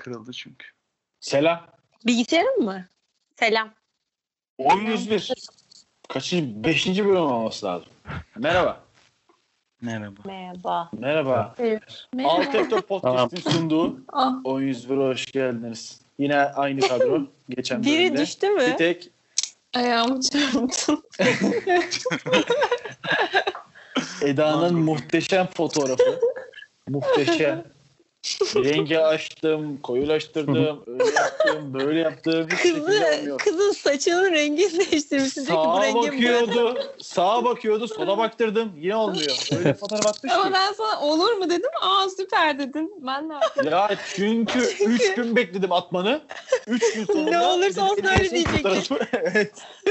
kırıldı çünkü. Selam. Bilgisayarın mı? Selam. 101. Kaçıncı? 5. bölüm olması lazım. Merhaba. Merhaba. Merhaba. Merhaba. Merhaba. Alt Podcast'in sunduğu 101'e hoş geldiniz. Yine aynı kadro. Geçen Biri bölümde. düştü mü? Bir tek Ayağımı çarptım. Eda'nın muhteşem fotoğrafı. Muhteşem. Rengi açtım, koyulaştırdım, öyle yaptım, böyle yaptım. Hiç şekilde olmuyor. Kızın saçının rengini değiştirmişsin. Sağa bakıyordu, sola baktırdım. Yine olmuyor. Öyle fotoğraf atmış Ama ki. ben sana olur mu dedim. Aa süper dedin. Ben de yaptım. Ya çünkü 3 gün bekledim atmanı. 3 gün sonunda. Ne olursa olsun öyle diyecektim. Evet.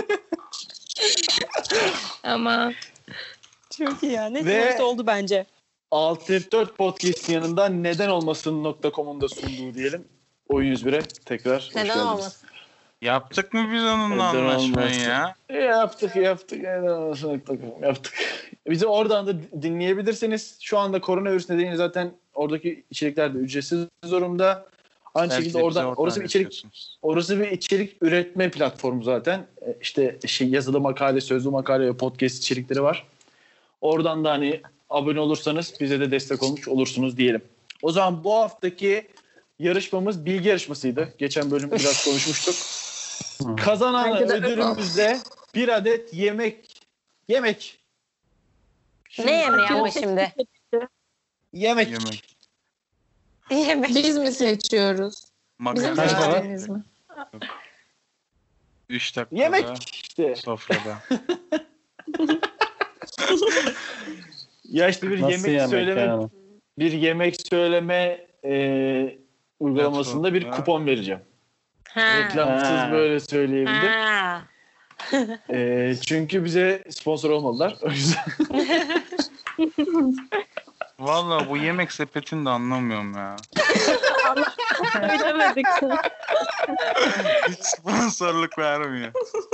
Ama Çok iyi ya. Ne Ve- sonuç oldu bence. 644 Podcast'in yanında neden olmasın.com'un da sunduğu diyelim. Oyun 101'e tekrar hoş Neden geldiniz. olmasın? Yaptık mı biz onunla Neden anlaşmayı olmasın? ya? Yaptık. Neden olmasın.com yaptık. Bizi oradan da dinleyebilirsiniz. Şu anda koronavirüs nedeniyle zaten oradaki içerikler de ücretsiz durumda. Aynı Belki şekilde de bize oradan orası bir içerik üretme platformu zaten. İşte yazılı makale, sözlü makale ve podcast içerikleri var. Oradan da hani abone olursanız bize de destek olmuş olursunuz diyelim. O zaman bu haftaki yarışmamız bilgi yarışmasıydı. Geçen bölüm biraz konuşmuştuk. Kazanan ödülümüzde bir adet yemek. Ne yemeği ama şimdi? Yemek. Yemek. biz mi seçiyoruz? Bizim Makarna. seçtiğimiz mi? 3 dakikada. Yemek işte. Sofrada. Ya işte bir yemek söyleme uygulamasında bir kupon vereceğim. Reklamsız böyle söyleyebilirim. Çünkü bize sponsor olmadılar. O yüzden. Valla bu yemek sepetini de anlamıyorum ya. Bilemedik. Hiç sponsorluk vermiyor.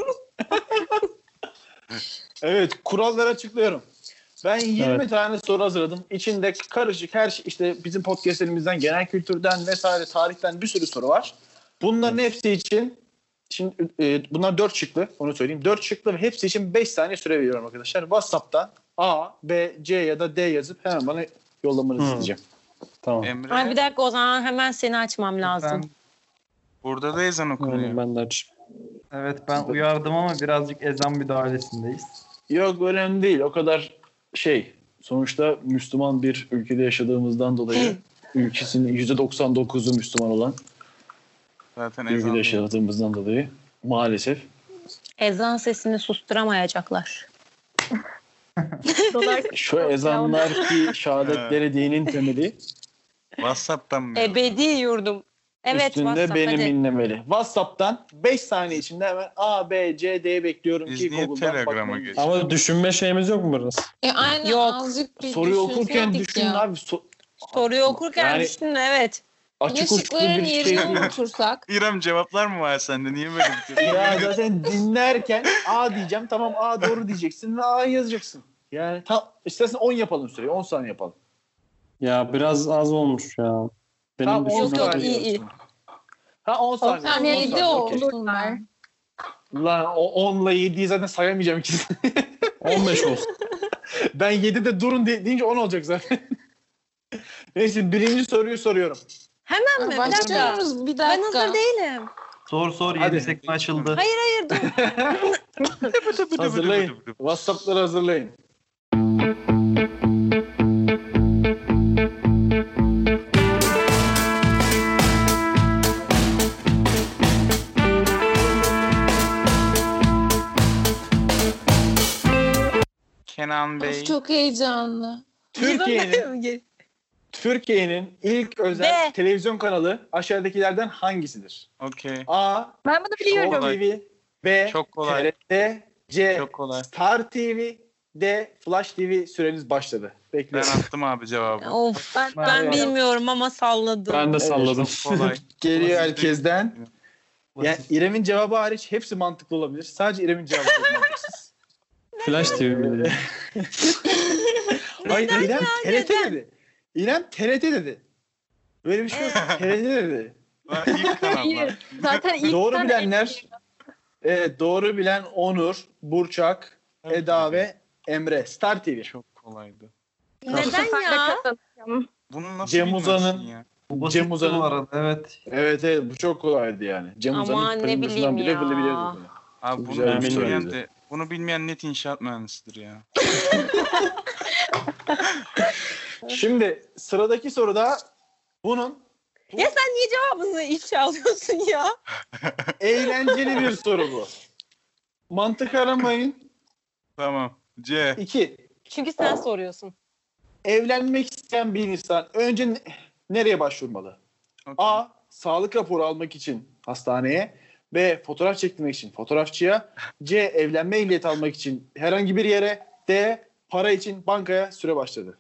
Evet, kuralları açıklıyorum. Ben 20 tane soru hazırladım. İçinde karışık her şey, işte bizim podcastlerimizden, genel kültürden vesaire, tarihten bir sürü soru var. Bunların hepsi için şimdi bunlar 4 şıklı, onu söyleyeyim. 4 şıklı ve hepsi için 5 saniye süre veriyorum arkadaşlar. WhatsApp'tan A, B, C ya da D yazıp hemen bana yollamanızı isteyeceğim. Tamam. Emre, Ay bir dakika, o zaman hemen seni açmam lazım. burada da ezan okunuyor. Ben de açayım. Evet ben uyardım ama birazcık ezan müdahalesindeyiz. Yok, önemli değil. O kadar sonuçta Müslüman bir ülkede yaşadığımızdan dolayı ülkesinin %99'u Müslüman olan Zaten ülkede ezan. yaşadığımızdan dolayı maalesef. Ezan sesini susturamayacaklar. Şu ezanlar ki şehadetleri dinin temeli. WhatsApp'tan mı? Ebedi yurdum. Evet, Üstünde WhatsApp, benim hadi. inlemeli. WhatsApp'tan 5 saniye içinde hemen A, B, C, D'yi bekliyorum Biz ki niye Google'dan Telegram'a bakmayın. geçiyoruz? Ama düşünme şeyimiz yok mu biraz? Aynen Yok. azıcık bir Soruyu okurken düşünseydik düşünün ya. abi. Soruyu okurken Yani- düşünün, evet. Ya Açık uçlu şıkların bir şey yerine değil. unutursak. İrem cevaplar mı var sende? Niye böyle bir şey? Ya zaten dinlerken A diyeceğim. Tamam, A doğru diyeceksin ve A'yı yazacaksın. Yani istersen 10 yapalım süreyi. 10 saniye yapalım. Ya biraz az olmuş ya. Benim Tamam, 10 Yok, yok, saniye iyi. olsun. Ha 10 saniye. 10 Yani 7 saniye, okey. olsunlar. Lan o 10 ile 7'yi zaten sayamayacağım ikisini. 15 olsun. Ben 7'de durun deyince 10 olacak zaten. Neyse, birinci soruyu soruyorum. Hemen mi? Bir dakika. Başlıyoruz bir Ben hazır dakika. değilim. Sor Hadi. 7 sekme açıldı. Hayır dur. Hazırlayın. WhatsApp'ları hazırlayın. Kenan Bey. Of, çok heyecanlı. Türkiye'nin ilk özel B. televizyon kanalı aşağıdakilerden hangisidir? Okey. A. Ben bunu Show TV, B. Çok kolay. TRT, C. Çok kolay. Star TV, D. Flash TV. Süreniz başladı. Ben Bekliyorum. attım abi cevabı. Of, ben Evet. bilmiyorum ama salladım. Ben de salladım. Çok kolay. Geliyor herkesten. Yani İrem'in cevabı hariç hepsi mantıklı olabilir. Sadece İrem'in cevabı çok mantıksız. Flash TV mi? Hayır, İrem TRT dedi. İrem TRT dedi. Böyle bir şey yok. TRT dedi. Lan ilk kanal lan. Hayır. Zaten ilk Doğru sen bilenler, evet, doğru bilen Onur, Burçak, Eda ve Emre. Star TV. Çok kolaydı. Neden ya? Bunu nasıl Cem bilmezsin Uzan'ın- ya? Bu basit Cem Uzan'ın- bu arada, evet. Evet bu çok kolaydı yani. Cem Aman Uzan'ın ne pırıldısından bileyim bile ya. biliyordu bunu. Abi Çok bunu güzel bir bilmeyen soruydu. de bunu bilmeyen net inşaat mühendisidir ya. Şimdi sıradaki soruda bunun Ya sen niye cevabını ifşa alıyorsun ya? eğlenceli bir soru bu. Mantık aramayın. Tamam. C. 2. Çünkü sen soruyorsun. Evlenmek isteyen bir insan önce nereye başvurmalı? Okey. A. Sağlık raporu almak için hastaneye. B. Fotoğraf çektirmek için fotoğrafçıya. C. Evlenme ehliyeti almak için herhangi bir yere. D. Para için bankaya süre başladı.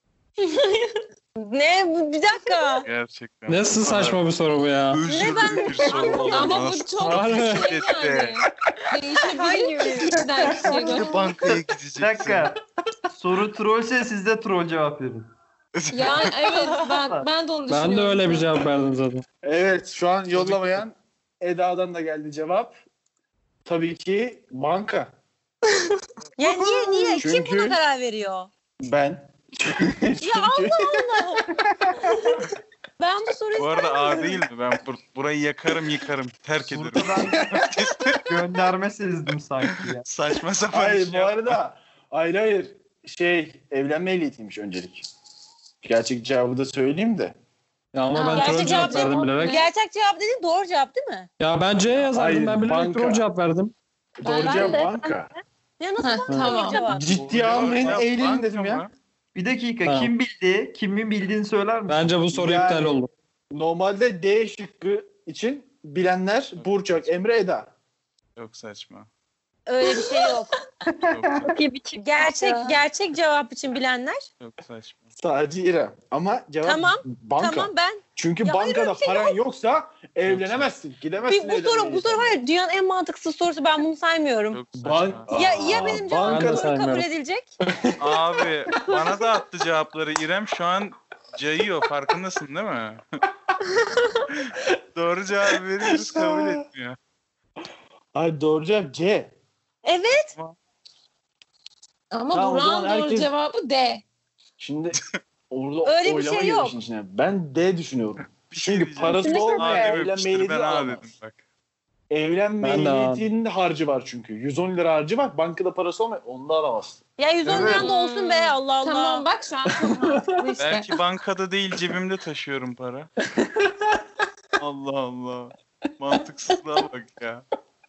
Ne? Bir dakika. Gerçekten. Nasıl saçma bir soru bu ya? Özür bir soru Ama bu olamaz. çok Harbi. şey yani. Hangi Değişebilir biri? kişiden kişiye göre. Bir bankaya gideceksin. Bir dakika. Soru trollse siz de troll cevap verin. Yani evet ben de onu düşünüyorum. Ben de öyle bir cevap verdim zaten. Evet, şu an yollamayan Eda'dan da geldi cevap. Tabii ki banka. Ya niye? Kim Çünkü- buna karar veriyor? Ben. Ya Allah Allah. Ben bu soruyu Bu arada A sormadım. değil mi? Ben burayı yakarım yıkarım. Terk ederim. Burada ben gönderme sezdim sanki ya. Saçma sapan Hayır iş bu yapma. arada. Hayır. Evlenme ehliyetiymiş öncelik. Gerçek cevabı da söyleyeyim de. Ya ama ben gerçek troll cevap cevap verdim yok. bilerek. Gerçek cevap dediğin doğru cevap değil mi? Ya ben C yazardım. Hayır, Ben bilerek banka. troll cevap verdim. Doğru Ben cevap de- banka. Ya nasıl Heh, doğru tamam. cevap? Ciddiye almayın, Ya, eğlenin banka dedim ya. mı? Bir dakika, Tamam. kim bildi? Kimin bildiğini söyler misin? Bence bu soru Yani- iptal oldu. Normalde D şıkkı için bilenler Burçak, Emre, Eda. Çok saçma. Öyle bir şey yok. Çok, Gerçek cevap için bilenler. çok saçma. Sadece İrem. Ama cevap Tamam, banka. Tamam ben. Çünkü Ya hayır, bankada öyle bir şey paran yoksa evlenemezsin. Gidemezsin. Bu soru hayır dünyanın en mantıksız sorusu, ben bunu saymıyorum. Çok Bank- saçma. Ya benim cevabım banka doğru kabul saymıyorum. edilecek. Abi bana da attı cevapları. İrem şu an cayıyor. Farkındasın değil mi? Doğru cevap veriyoruz, kabul etmiyor. Hayır, doğru cevap C. Evet. Ama Tamam, o zaman Burak'ın doğru herkes- cevabı D. Şimdi orada Öyle bir oylama şey giriyor yok. işin içine. Ben D düşünüyorum. Bir şey Çünkü diyeceğim. parası Kesinlikle olmayan öyle. evlenme Dememiştir, ehliyeti ben A alamaz. dedim bak. Evlenme Ben de A. ehliyetinin de harcı var çünkü. 110 lira harcı var. Bankada parası olmayan onu da alamaz. Ya 110 Evet. liran da olsun be, Allah Allah. Tamam bak şu an çok mantıklı işte. Belki bankada değil, cebimde taşıyorum para. Allah Allah. Mantıksızlığa bak ya.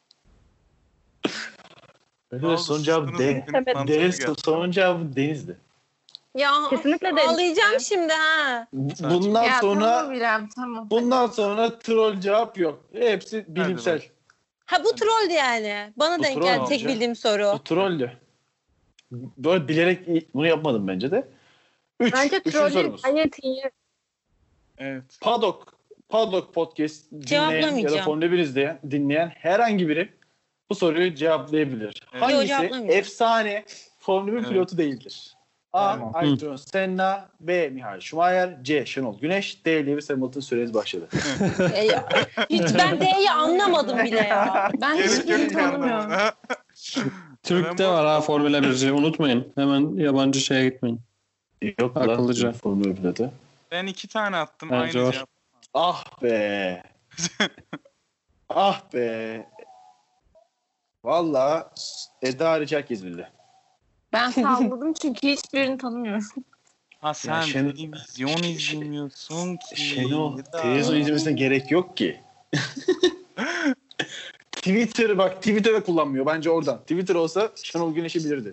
Evet, son cevap D. D son cevabı Deniz'di. Ya Kesinlikle de. ağlayacağım şimdi ha. Bundan Ya sonra tamam İrem tamam. bundan sonra troll cevap yok. Hepsi bilimsel. Ha bu trolldü yani. Bana Bu denk troll geldi olacak. tek bildiğim soru. Bu trolldü. Böyle bilerek bunu yapmadım bence de. Bence Üçüncü trollü sorumuz. gayet iyi. Evet. Paddock Podcast dinleyen ya da Cevaplamayacağım. Formula 1 izleyen, dinleyen herhangi biri bu soruyu cevaplayabilir. Evet. Yok, Hangisi cevaplamayacağım. efsane Formula 1 Evet. pilotu değildir? A. Tamam. Ayrton Senna, B. Michael Schumacher, C. Şenol Güneş, D. Lewis Hamilton. Süreniz başladı. Hiç ben D'yi anlamadım bile ya. Ben Gerek hiçbirini yok tanımıyorum. yani. Türk'te var ha Formula 1'ci. Unutmayın. Hemen yabancı şeye gitmeyin. Yok Akıllıca. Formula 1 pilotu. Ben 2 tane attım. Bence Aynı var. cevap. Ah be. Ah be. Vallahi Eda hariç herkes bildi. Ben salladım çünkü hiçbirini tanımıyorum. Ha sen Şen- televizyon izlemiyorsun ki. Şenol, Ya da- televizyon izlemesine gerek yok ki. Twitter'da kullanmıyor bence oradan. Twitter olsa Şenol Güneş'i bilirdi.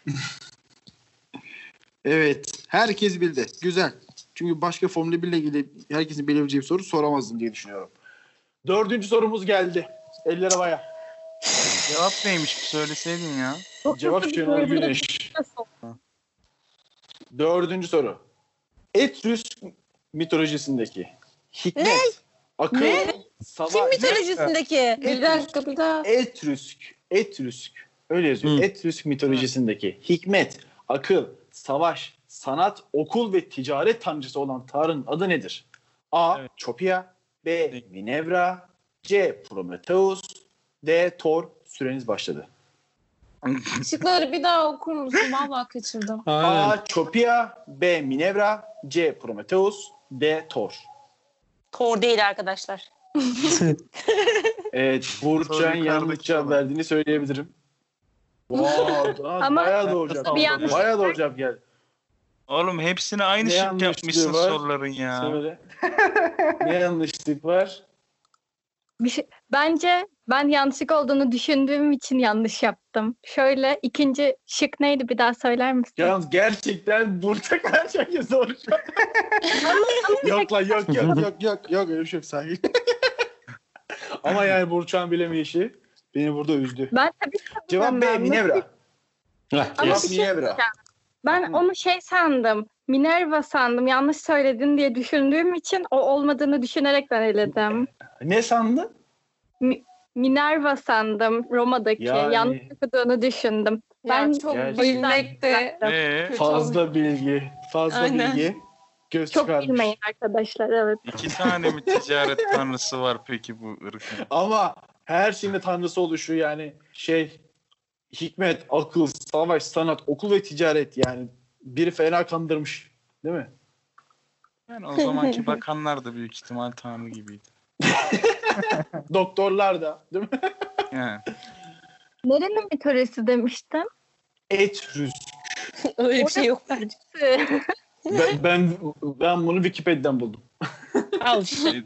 Evet, herkes bildi. Güzel. Çünkü başka Formula 1 ile ilgili herkesin bilebileceği bir soru soramazdım diye düşünüyorum. 4. sorumuz geldi. Eller havaya. Cevap neymiş bir söyleseydin ya. Cevap Şenol Güneş. 4. soru. Etrüsk mitolojisindeki hikmet, akıl, savaş. Kim mitolojisindeki? Bir dakika. Etrüsk. Öyle yazıyor. Hı. Etrüsk mitolojisindeki hikmet, akıl, savaş, sanat, okul ve ticaret tanrıcısı olan Tanrı'nın adı nedir? A. Evet. Çopia, B. Minerva, C. Prometheus, D. Thor. Süreniz başladı. Şıkları bir daha okur musun? Vallahi kaçırdım. Aynen. A. Chopia, B. Minerva, C. Prometheus, D. Thor. Thor değil arkadaşlar. Evet, Burçak'ın Sonra yanlış yukarıdaki cevap olan. verdiğini söyleyebilirim. Wow, Ama bayağı doğru cevap. bir yanlış- Bayağı doğru cevap geldi. Oğlum hepsine aynı Ne şık yanlışlığı yapmışsın var? soruların ya. Söyle. Ne yanlışlık var? Bence ben yanlışlık olduğunu düşündüğüm için yanlış yaptım. Şöyle ikinci şık neydi bir daha söyler misin? Yalnız gerçekten Burçak her şeyi zor. Yok lan yok öyle bir şey yok sakin. Ama yani Burçak'ın bilemeyişi beni burada üzdü. Ben tabii Cevap B. ben- Minevra. Ama Cevap bir şey Minevra. Ben onu şey sandım. Minerva sandım. Yanlış söyledin diye düşündüğüm için o olmadığını düşünerek ben eledim. Ne sandın? Minerva sandım Roma'daki. Yani- Yanlış okuduğunu düşündüm. Ben çok Gerçekten- bilmek de Ee, Fazla bilgi. Fazla Aynen. bilgi. Göz çok çıkarmış. bilmeyin arkadaşlar evet. 2 tane mi ticaret tanrısı var peki bu ırkın? Ama her şeyin de tanrısı oluşu yani hikmet, akıl, savaş, sanat, okul ve ticaret yani biri fena kandırmış. Değil mi? Yani o zamanki bakanlar da büyük ihtimal tanrı gibiydi. Doktorlar da değil mi? Yani. Nerenin mitolojisi demiştin? Etrüs. Öyle bir şey yok bence. Ben bunu Wikipedia'dan buldum. Al işte.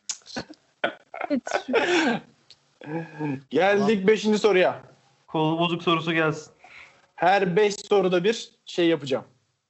Geldik 5. soruya. Kolu bozuk sorusu gelsin. Her 5 soruda bir şey yapacağım.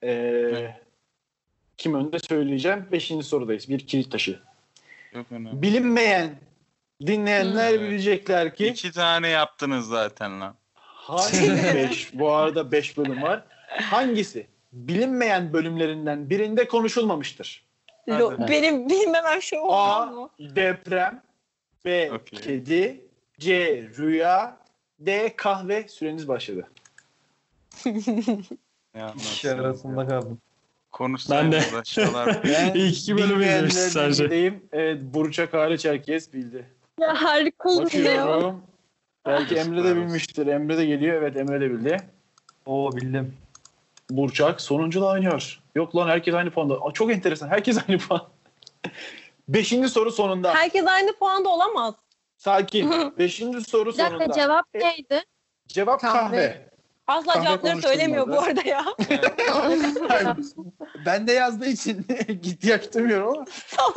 Kim önde söyleyeceğim. 5. sorudayız. Bir kilit taşı. Yok önemli. Bilinmeyen dinleyenler bilecekler ki 2 tane yaptınız zaten lan. hangi 5? Bu arada 5 bölüm var. Hangisi bilinmeyen bölümlerinden birinde konuşulmamıştır? Hadi. Benim bilmemem şu A. olmaz mı? Deprem, B. Okey. Kedi, C. Rüya, D. Kahve. Süreniz başladı. Ne İki anlatsın arasında ya. kaldım. Ben de. Konuşsaydınız aşağılar. Ben İlk iki bölümü izlemiştim bilmeyenlerden sadece. gideyim. Evet, Burçak hariç herkes bildi. Ya harika oldu ya. Bakıyorum. Belki Emre de bilmiştir. Emre de geliyor. Evet, Emre de bildi. Oo bildim. Burçak sonunculuğa oynuyor. Yok lan, herkes aynı puanda. Aa, çok enteresan. Herkes aynı puan. 5. soru sonunda. Herkes aynı puanda olamaz. Sakin. 5. soru Bir dakika sonunda. cevap neydi? Cevap kahve. Asla Kahve cevapları söylemiyor bu konuşulmadı. arada ya. Ben de yazdığı için ihtiyaç duymuyorum ama.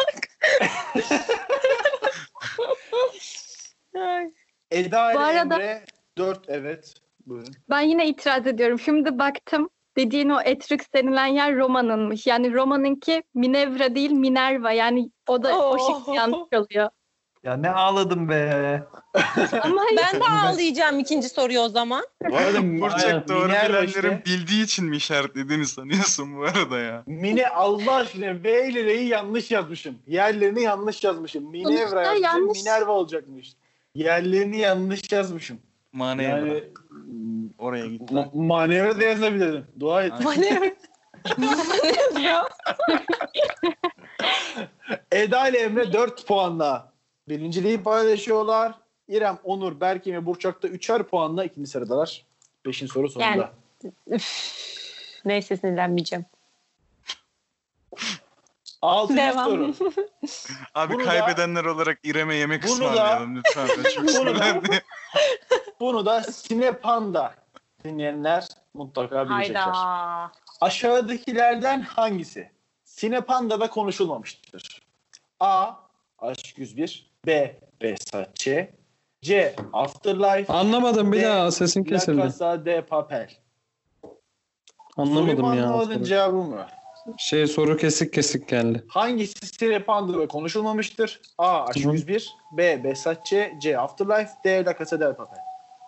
Ay. Eda ile Bu arada- Emre 4 evet. Buyurun. Ben yine itiraz ediyorum. Şimdi baktım. Dediğin o Etrux denilen yer Roma'nınmış. Yani Roma'nınki Minerva değil Minerva. Yani o da o şık yanlış oluyor. Ya ne ağladım be. Ama Ben de ağlayacağım ikinci soruyu o zaman. Bu arada Burçak doğru Minerva bilenlerin işte. bildiği için mi işaretlediğini sanıyorsun bu arada ya? Mine Allah aşkına V ile R'yi yanlış yazmışım. Yerlerini yanlış yazmışım. Minerva Sonuçta yazacağım, yanlış. Minerva olacakmış. Yerlerini yanlış yazmışım. Manevra. Yani Oraya git. manevra da yazabilirdim. Dua et. Manevra. Manevra. Eda ile Emre 4 puanla birinciliği paylaşıyorlar. İrem, Onur, Berke ve Burçak da 3'er puanla ikinci sıradalar. 5. soru sonunda. Yani. Neyse sinirlenmeyeceğim. 6. Devam. soru. Abi Bunu da- kaybedenler olarak İrem'e yemek bunu da- ısmarlayalım lütfen. Ben çok Bunu da- sinirlendim. Bunu da Sinepanda dinleyenler mutlaka bilecekler. Hayda. Aşağıdakilerden hangisi Sinepanda'da konuşulmamıştır? A. Aşk 101, B. Behzatçı, C. Afterlife, Anlamadım, bir D. daha sesin La kesildi. Casa de Papel. Soruyu mu Anlamadım ya. anlamadın, cevabı mı? Soru kesik kesik geldi. Hangisi Sinepanda'da konuşulmamıştır? A. Aşk Hı. 101, B. Behzatçı, C. Afterlife, D. La Casa de Papel.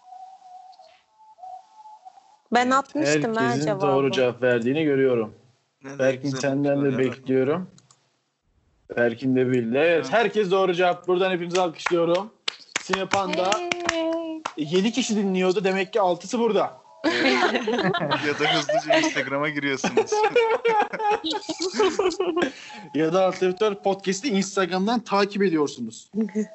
Ben atmıştım ha Herkesin cevabı. doğru cevap verdiğini görüyorum. Ne Berkin güzel senden de ya. bekliyorum. Berkin de bildi. Evet, Evet. herkes doğru cevap. Buradan hepinizi alkışlıyorum. Sinepanda 7 kişi dinliyordu. Demek ki 6'sı burada. Ya da hızlıca Instagram'a giriyorsunuz. Ya da Alternatif Podcast'i Instagram'dan takip ediyorsunuz.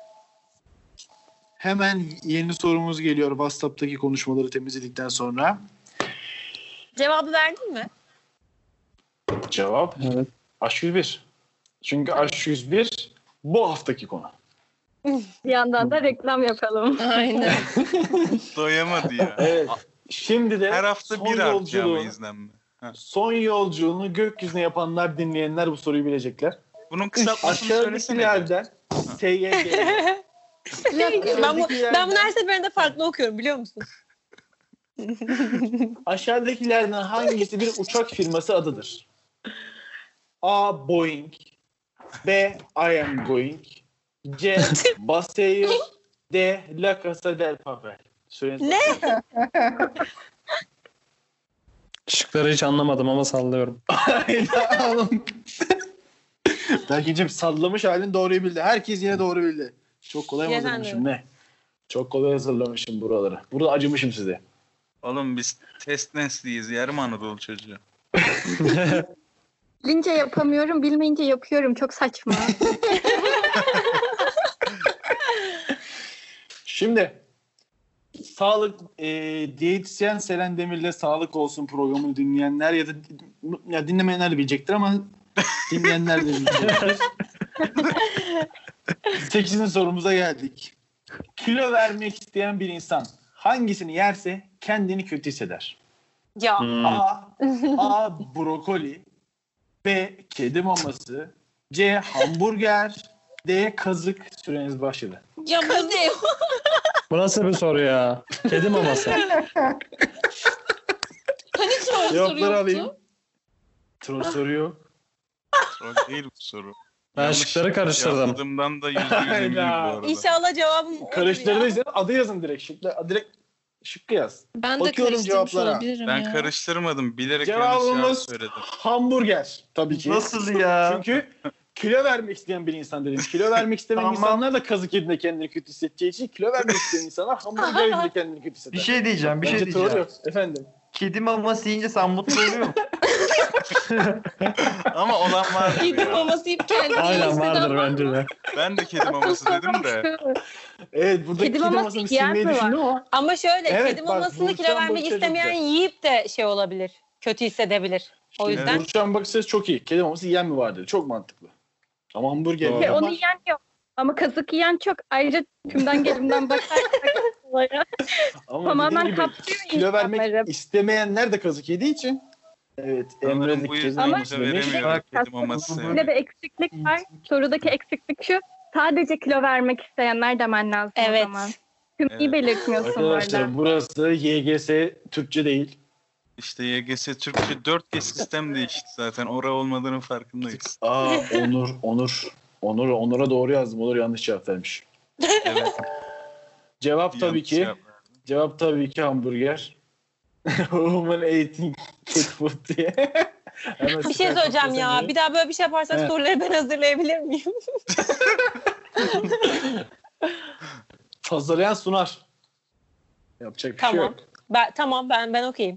Hemen yeni sorumuz geliyor WhatsApp'taki konuşmaları temizledikten sonra. Cevabı verdin mi? Cevap Evet. Aşk 101. Çünkü Aşk 101 bu haftaki konu. Bir yandan da reklam yapalım. Aynen. Doyamadı ya. Evet. Şimdi de Her hafta son bir artacağım yolculuğu, izlenme. son yolculuğunu gökyüzüne yapanlar, dinleyenler bu soruyu bilecekler. Bunun kısaltmasını söylesene. Aşağıdakilerden SYG. ben bunu her seferinde farklı okuyorum biliyor musun? Aşağıdakilerden hangisi bir uçak firması adıdır? A. Boeing, B. I am going, C. Basair, D. La Casa del Papel. Ne? Şıkları hiç anlamadım ama sallıyorum. Aynen. Berkin'cim sallamış halin doğruyu bildi. Herkes yine doğru bildi. Çok kolay mı Yeter hazırlamışım ne? Çok kolay hazırlamışım buraları. Burada acımışım size. Oğlum biz test nesliyiz. Yarım Anadolu çocuğu. Bilince yapamıyorum, bilmeyince yapıyorum. Çok saçma. Şimdi diyetisyen Selen Demir'le Sağlık Olsun programını dinleyenler ya dinlemeyenler de bilecektir ama dinleyenler de bilecektir. 8. sorumuza geldik. Kilo vermek isteyen bir insan hangisini yerse kendini kötü hisseder? Ya. A. Brokoli, B. Kedi maması, C. Hamburger, D. Kazık. Süreniz başladı. Ya bu ne? Bu nasıl bir soru ya? Kedi maması. Hani soru Cevapları alayım. yoktu? Soru yok. Soru değil bu soru. Ben Yanlış şıkları karıştırdım. yaptığımdan da %100 eminim bu arada. İnşallah cevabım odur ya. Karıştırdıysanız adı yazın direkt. Direkt şıkkı yaz. Ben de Bakıyorum karıştırmış cevaplara. olabilirim Ben ya. karıştırmadım. Bilerek yanlış cevap Cevabımız söyledim. hamburger tabii ki. Nasıl ya? Çünkü kilo vermek isteyen bir insan dedim. Kilo vermek istemeyen Tamam. insanlar da kazık yediğinde kendini kötü hissedeceği için kilo vermek isteyen insanlar hamburger yediğinde kendini kötü hisseder. Bir şey diyeceğim, bir şey Bence doğru diyeceğim. yok. Efendim. Kedi maması yiyince sen mutlu oluyor musun? Ama olan var. Kedi maması yiyip kendini Aynen hisseden vardır var. bence de. Ben de kedi maması dedim de. Evet burada Kedi kedi maması mamasını yiyen silmeyi mi var? düşündüm ama. Ama şöyle Evet, kedi bak, mamasını kilo Burçak'ın vermek bakış açısı. istemeyen yiyip de şey olabilir. Kötü hissedebilir. O Şimdi yüzden Burçak'ın bakış açısı çok iyi. Kedi maması yiyen mi var dedi. Çok mantıklı. Ama hamburger Doğru. Ve yiyen onu var. yiyen yok. Ama kazık yiyen çok. Ayrıca tümden gelimden bakarsak olaya Ama tamamen dediğim gibi kapsıyor kilo vermek insanları. istemeyenler de kazık yediği için. Evet. Emre Sanırım de bu kedi yüzden maması demiş. veremiyorum kedi maması. Yine de eksiklik var. Sorudaki eksiklik şu. Sadece kilo vermek isteyenler demen lazım o evet. zaman. Tümüyi Evet. belirtmiyorsun orada. Arkadaşlar burası YGS Türkçe değil. İşte YGS Türkçe 4G sistem değişti zaten. Ora olmadığının farkındayız. Aa Onur'a doğru yazdım. Onur yanlış cevap vermiş. Evet. Cevap tabii yanlış ki. cevap verdim. Cevap tabii ki hamburger. Woman eating cat food diye. Hemen Bir şey süper söyleyeceğim ya. kapatın Bir daha böyle bir şey yaparsak Evet. soruları ben hazırlayabilir miyim? Hazırlayan sunar. Yapacak bir şey Tamam. yok. Tamam ben okeyim.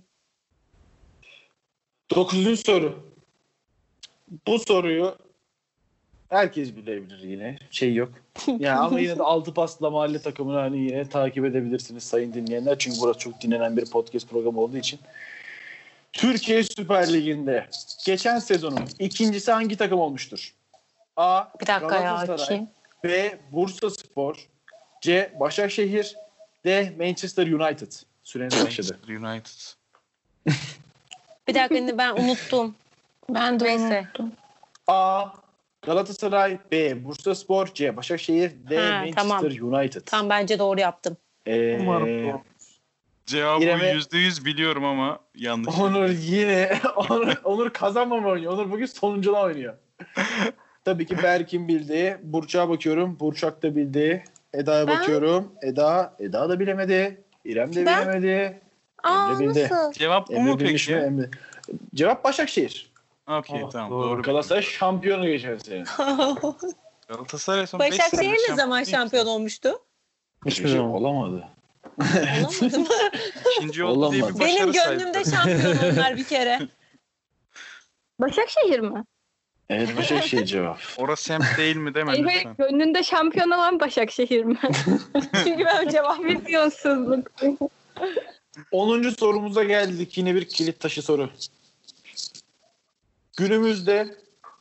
9. soru. Bu soruyu herkes bilebilir yine. Şey yok. Ya ama yine de 6 pasla mahalle takımını hani yine takip edebilirsiniz sayın dinleyenler. Çünkü burası çok dinlenen bir podcast programı olduğu için. Türkiye Süper Ligi'nde geçen sezonun ikincisi hangi takım olmuştur? A. Bir dakika ya. Galatasaray, Kim? B. Bursaspor, C. Başakşehir, D. Manchester United. Süreniz başladı. Manchester United. Bir dakika ben unuttum. Ben de Neyse. unuttum. A. Galatasaray, B. Bursaspor, C. Başakşehir, D. Ha, Manchester United. Tam bence doğru yaptım. Umarım doğru. Cevabı İrem'e- %100 biliyorum ama yanlış. Onur yine Onur kazanmama oynuyor. Onur bugün sonuncuna oynuyor. Tabii ki Berk'in bildi. Burçak'a bakıyorum. Burçak da bildi. Eda'ya Ben- bakıyorum. Eda da bilemedi. İrem de Ben- bilemedi. Aa Emre bildi. nasıl? Cevap bu Emre mu bilmiş mi? peki? Emre. Cevap Başakşehir. Okey Ah, tamam doğru. doğru. Galatasaray şampiyonu geçen sene. Galatasaray son 5 Başakşehir ne zaman şampiyon olmuştu? Hiçbir Bir şey zaman. olamadı. Olamadım. İkinci oldu diye bir Olamadı. başarı Benim gönlümde sayılır. şampiyon onlar bir kere. Başakşehir mi? Evet, Başakşehir cevap. Orası semt değil mi deme Hayır, lütfen. gönlünde şampiyon olan Başakşehir mi? Çünkü ben cevap Vizyonsuzluk. 10. sorumuza geldik. Yine bir kilit taşı soru. Günümüzde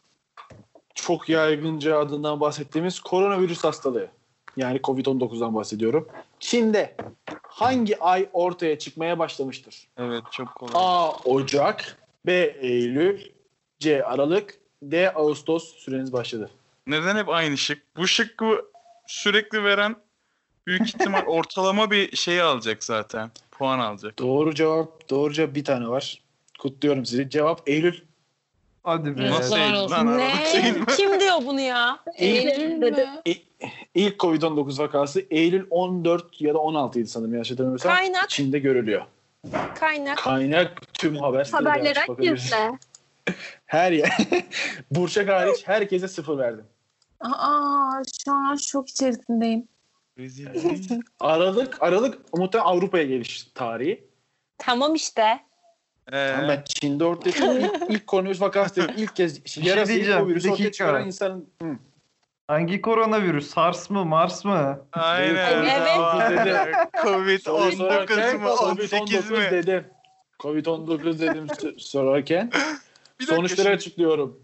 çok yaygınca adından bahsettiğimiz koronavirüs hastalığı. Yani Covid-19'dan bahsediyorum. Çin'de hangi ay ortaya çıkmaya başlamıştır? Evet çok kolay. A. Ocak, B. Eylül, C. Aralık, D. Ağustos. Süreniz başladı. Neden hep aynı şık? Bu şıkkı sürekli veren büyük ihtimal ortalama bir şey alacak zaten. Puan alacak. Doğru cevap. Doğru cevap bir tane var. Kutluyorum sizi. Cevap Eylül. Hadi be. Nasıl Yazıklar Eylül olsun. lan? Aralık değil Ne? mi? Kim diyor bunu ya? Eylül dedi. İlk Covid-19 vakası Eylül 14 ya da 16'ydı sanırım yanlış hatırlamıyorsam. Kaynak. Çin'de görülüyor. Kaynak. Kaynak tüm haber siteleri Haberlere açık bakabilirsiniz. gizle. Her yer. Burçak hariç herkese 0 verdim. Aa, şu an şok içerisindeyim. Rezil. Aralık muhtemelen Avrupa'ya geliş tarihi. Tamam işte. Tamam, ben Çin'de ortaya çıkan ilk koronavirüs vakası dedim. İlk kez şey yarası diyeceğim, o virüsü bir ortaya dakika. çıkaran insanın... Hangi koronavirüs? SARS mı? Mars mı? Aynen. Evet. Covid-19 mu? 18 Covid-19 mi? dedim. Covid-19 dedim sorarken. Bir dakika Sonuçları şimdi. açıklıyorum.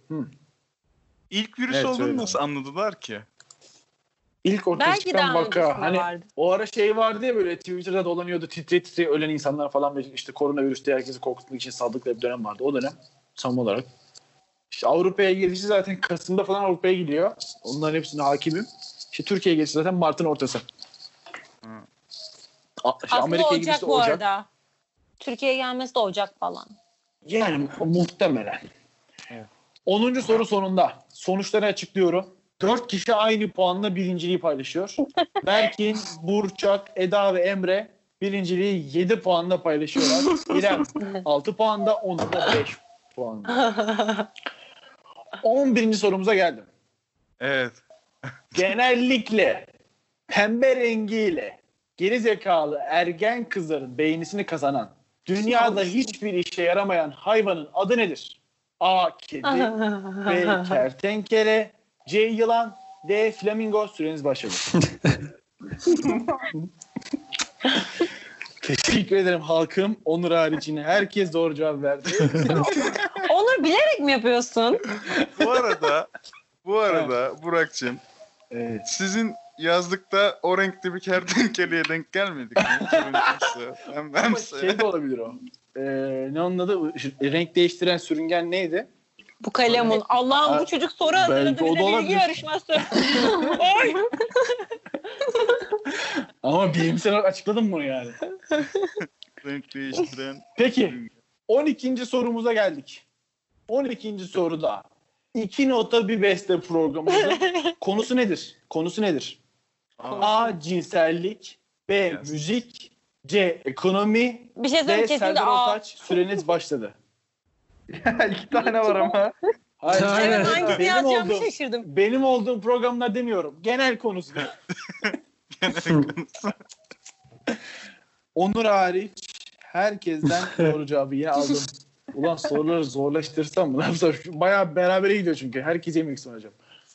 İlk virüs Evet, olduğunu söyle. nasıl anladılar ki? İlk ortaya Belki çıkan daha vaka. öncesinde Hani vardı. o ara şey vardı ya, böyle Twitter'da dolanıyordu, titre ölen insanlar falan, böyle işte koronavirüs diye herkesi korkutmak için saldıkları bir dönem vardı. O dönem tam olarak. İşte Avrupa'ya gelişi zaten Kasım'da falan Avrupa'ya gidiyor. Onların hepsine hakimim. İşte Türkiye'ye gelişi zaten Mart'ın ortası. Hı. Aslında Amerika'ya Ocak gelişi bu Ocak. arada. Türkiye'ye gelmesi de Ocak falan. Yani muhtemelen. Evet. 10. soru sonunda. Sonuçları açıklıyorum. 4 kişi aynı puanla birinciliği paylaşıyor. Berkin, Burçak, Eda ve Emre birinciliği 7 puanla paylaşıyorlar. İrem 6 puanda, Onur da 5 puanda. 11. sorumuza geldim. Evet. Genellikle pembe rengiyle geri zekalı ergen kızların beğenisini kazanan, dünyada hiçbir işe yaramayan hayvanın adı nedir? A. Kedi, B. Kertenkele, C. Yılan, D. Flamingo. Süreniz başladı. Teşekkür ederim halkım. Onur haricinde herkes doğru cevap verdi. Onur bilerek mi yapıyorsun? Bu arada Burak'cığım, Evet. sizin yazlıkta o renkli bir kertenkeleye denk gelmedik mi? Ama Ben şey de olabilir o. Ne onun adı? Renk değiştiren sürüngen neydi? Bu kalemun. Allah'ım bu çocuk soru hazırladı. Belki o Bize da bilgi olabilir. yarışması. Oy. Ama bilimsel olarak açıkladım bunu yani. renk değiştiren. Peki 12. sorumuza geldik. 12. soruda 2 nota bir beste programımızın konusu nedir? Konusu nedir? A. Cinsellik, B. Yes. Müzik, C. Ekonomi, Bir şey D. söyleyeyim kesinlikle Serdar A. Ortaç. Süreniz başladı. İki tane var ama. Hayır, Aynen. Evet hangisini benim yazacağımı olduğum, şaşırdım. benim olduğum programlar demiyorum. Genel konusu. Onur hariç herkesten doğru cevabı yine aldım. Ulan soruları zorlaştırsam mı? Ne yapsam? Bayağı berabere gidiyor çünkü. Herkes yemek soracağım.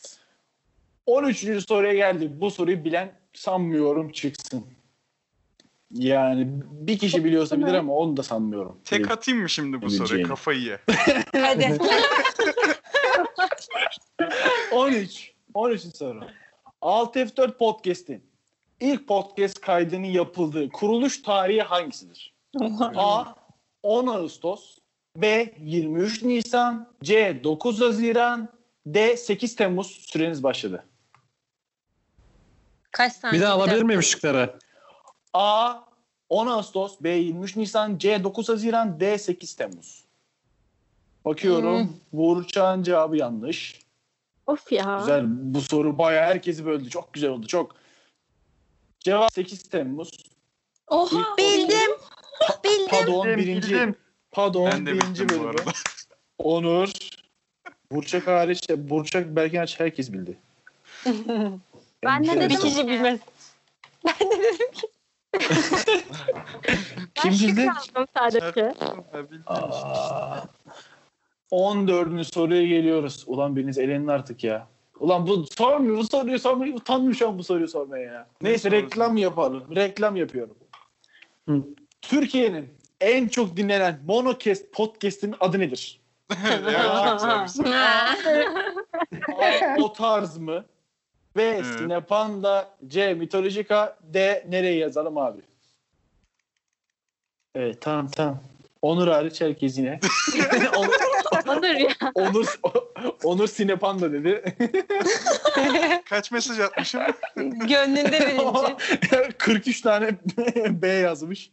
13. soruya geldik. Bu soruyu bilen sanmıyorum çıksın. Yani bir kişi biliyorsa bilir ama onu da sanmıyorum. Tek atayım mı şimdi bu soruyu? Bileceğini. Kafayı ye. Hadi. 13. soru. Alt F4 Podcast'in ilk podcast kaydının yapıldığı kuruluş tarihi hangisidir? A. 10 Ağustos, B. 23 Nisan, C. 9 Haziran, D. 8 Temmuz. Süreniz başladı. Kaç saniye? Bir daha alabilir miyim şıkları? A. 10 Ağustos, B. 23 Nisan, C. 9 Haziran, D. 8 Temmuz. Bakıyorum. Burçak'ın cevabı yanlış. Of ya. Güzel. Bu soru bayağı herkesi böldü. Çok güzel oldu. Çok. Cevap 8 Temmuz. Oha bildim. Bildim. Pardon Bildim. Ben de birinci bildim bu bölümü. arada. Onur. Burçak hariç, Burçak Berkin hariç herkes bildi. Ben ne Bir dedim? kişi bilmez. Ben de dedim ki. Kim Ben şık bildi? aldım sadece. Bildin işte. Aa, 14. soruya geliyoruz. Ulan biriniz elenin artık ya. Ulan bu soruyu sormaya utanmış şu an bu soruyu sormaya ya. Neyse sorusu? reklam yapalım. Reklam yapıyorum. Hı. Türkiye'nin en çok dinlenen Monocast podcast'in adı nedir? Evet, çok güzel bir soru. A. O tarz mı? B. Evet. Sinepanda. C. Mitolojika. D. Nereye yazalım abi? Evet tamam. Onur hariç herkes yine. Onur ya. Onur Sinepanda dedi. Kaç mesaj atmışım? Gönlünde birinci. 43 tane B yazmış.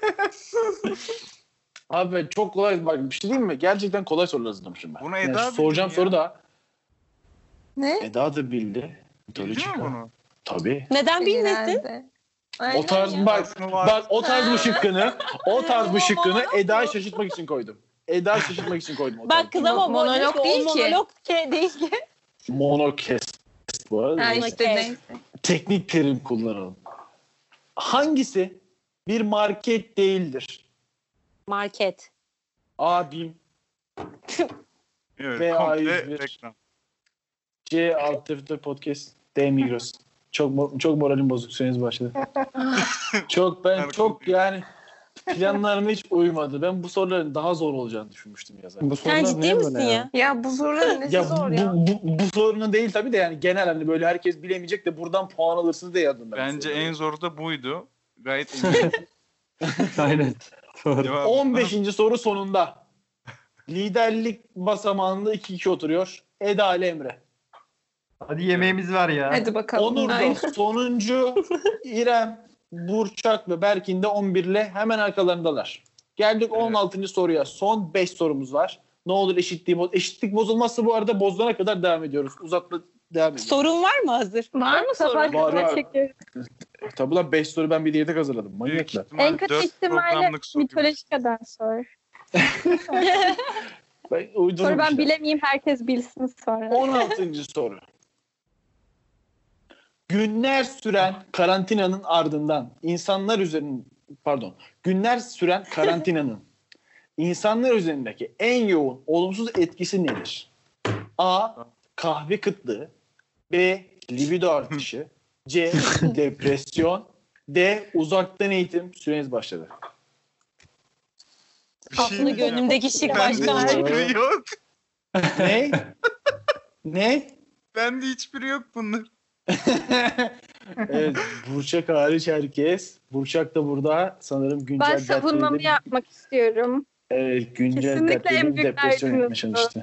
Abi çok kolay. Bak bir şey diyeyim mi? Gerçekten kolay sorular hazırlamışım ben. Bunu Eda bildi soracağım ya. soru da. Ne? Eda da bildi. Bildin mi Mitolojika. bunu? Tabii. Neden bilmesin? Herhalde. O tarz bak Aslında var. bak o tarz bu şıkkını Eda'yı şaşırtmak için koydum. Eda'yı şaşırtmak için koydum. o tarz. Bak kız ama Monolog o değil ki. Monolog değil ki. Monocast bu arada. Ha Neyse. işte neyse. Teknik terim kullanalım. Hangisi bir market değildir? Market. A. BİM. Evet, Ve komple A101. reklam. C. Alternative Podcast. D. Migros. Çok moralim bozuk süreniz başladı. çok yani planlarım hiç uymadı. Ben bu soruların daha zor olacağını düşünmüştüm yazar. Bu Sen sorular ciddi niye misin böyle ya? Ya bu soruların nesi Ya zor ya? bu sorunun değil tabii de yani genel hani böyle herkes bilemeyecek de buradan puan alırsınız diye yazdım ben. Bence en zoru da buydu. Gayet iyi. Aynen. Doğru. Cevap- 15. soru sonunda. Liderlik basamağında 2-2 oturuyor. Eda ile Emre. Hadi yemeğimiz var ya. Hadi bakalım. Onur Aynen. da sonuncu. İrem, Burçak ve Berkin de 11 ile hemen arkalarındalar. Geldik 16. soruya. Son 5 sorumuz var. Ne olur eşitlik bozulmazsa bu arada bozulana kadar devam ediyoruz. Uzatma devam ediyoruz. Sorun var mı hazır? Var mı Sabah sorun? Var, kadar var. çekiyoruz. Tabii lan 5 soru ben bir yedek hazırladım. Büyük Manyaklar. ihtimal En kötü 4 ihtimalle programlık soru. mitolojikadan sor. Ben uydurdum Sonra ben işte. bilemeyeyim herkes bilsin sonra. 16. soru. Günler süren karantinanın ardından günler süren karantinanın insanlar üzerindeki en yoğun olumsuz etkisi nedir? A. Kahve kıtlığı. B. Libido artışı. C. Depresyon. D. Uzaktan eğitim. Süreniz başladı. Bir şey Aslında diyeceğim. gönlümdeki şık Bende başka. hiçbiri yok. Ne? Ne? Bende hiçbiri yok bunlar. Evet, Burçak hariç herkes. Burçak da burada sanırım güncel Ben savunmamı dertleriyle- yapmak istiyorum. Evet, güncel Kesinlikle en dertleriyle büyük depresyon derdimiz etmeye bu. çalıştı.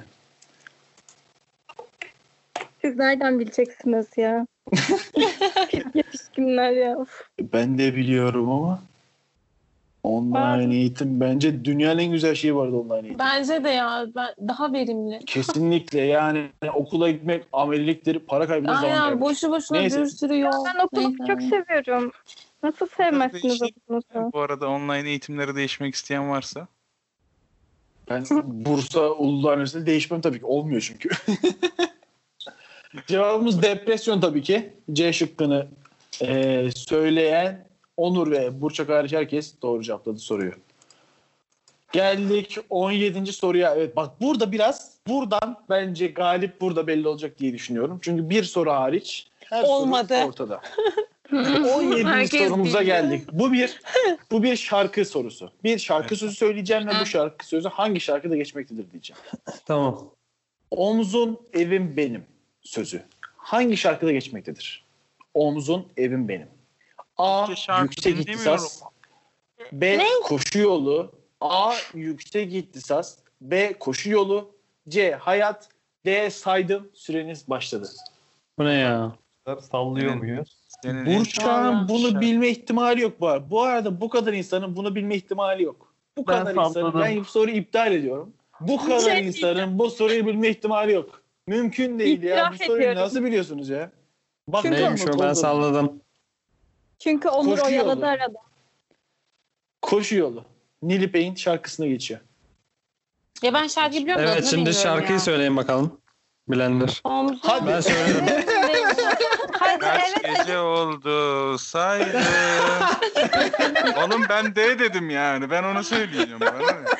Siz nereden bileceksiniz ya? Yetişkinler ya. Of. Ben de biliyorum ama online eğitim bence dünyanın en güzel şeyi vardı online eğitim. Bence de ya daha verimli. Kesinlikle yani okula gitmek ameliliktir, para kaybeder zaman Aynen kaybeder. boşu boşuna Neyse. bir sürü yol. Ben okulu Neyse. çok seviyorum. Nasıl sevmezsiniz Değişik. okulunuzu? Bu arada online eğitimlere değişmek isteyen varsa. Ben Bursa Uludağ Üniversitesi'nde değişmem tabii ki. Olmuyor çünkü. Cevabımız depresyon tabii ki. C şıkkını söyleyen Onur ve Burçak hariç herkes doğru cevapladı soruyu. Geldik 17. soruya. Evet bak buradan bence galip burada belli olacak diye düşünüyorum. Çünkü bir soru hariç her Olmadı. soru ortada. 17. Herkes sorumuza biliyor. geldik. Bu bir şarkı sorusu. Bir şarkı sözü söyleyeceğim ve bu şarkı sözü hangi şarkıda geçmektedir diyeceğim. Tamam. Omzun evim benim sözü hangi şarkıda geçmektedir? Omzun evim benim. A. Türkçe şarkı Yüksek dinlemiyorum. ihtisas. B. Koşu yolu. A. Yüksek ihtisas. B. Koşu yolu. C. Hayat. D. Saydım. Süreniz başladı. Bu ne ya? Sallıyor Evet. muyuz? Senin en Burçak'ın bunu şarkı. bilme ihtimali yok bu arada. Bu arada bu kadar insanın bunu bilme ihtimali yok. Bu Ben kadar insanın salladım. ben bu soruyu iptal ediyorum. Bu kadar insanın bu soruyu bilme ihtimali yok. Mümkün değil ya. İtiraf Bu soruyu ediyorum. nasıl biliyorsunuz ya? Bakın Neymiş o, ben salladım. Çünkü Onur Koşu oyaladı yolu. arada. Koşu yolu. Nilüpek'in şarkısına geçiyor. Ya ben şarkıyı biliyorum da Evet adını şimdi bilmiyorum şarkıyı ya. söyleyin bakalım. Bilenler. Omzun Hadi. Ben söylerim. Hadi Kaç gece oldu saydım. Oğlum ben D dedim yani. Ben onu söyleyeceğim. Bana ne?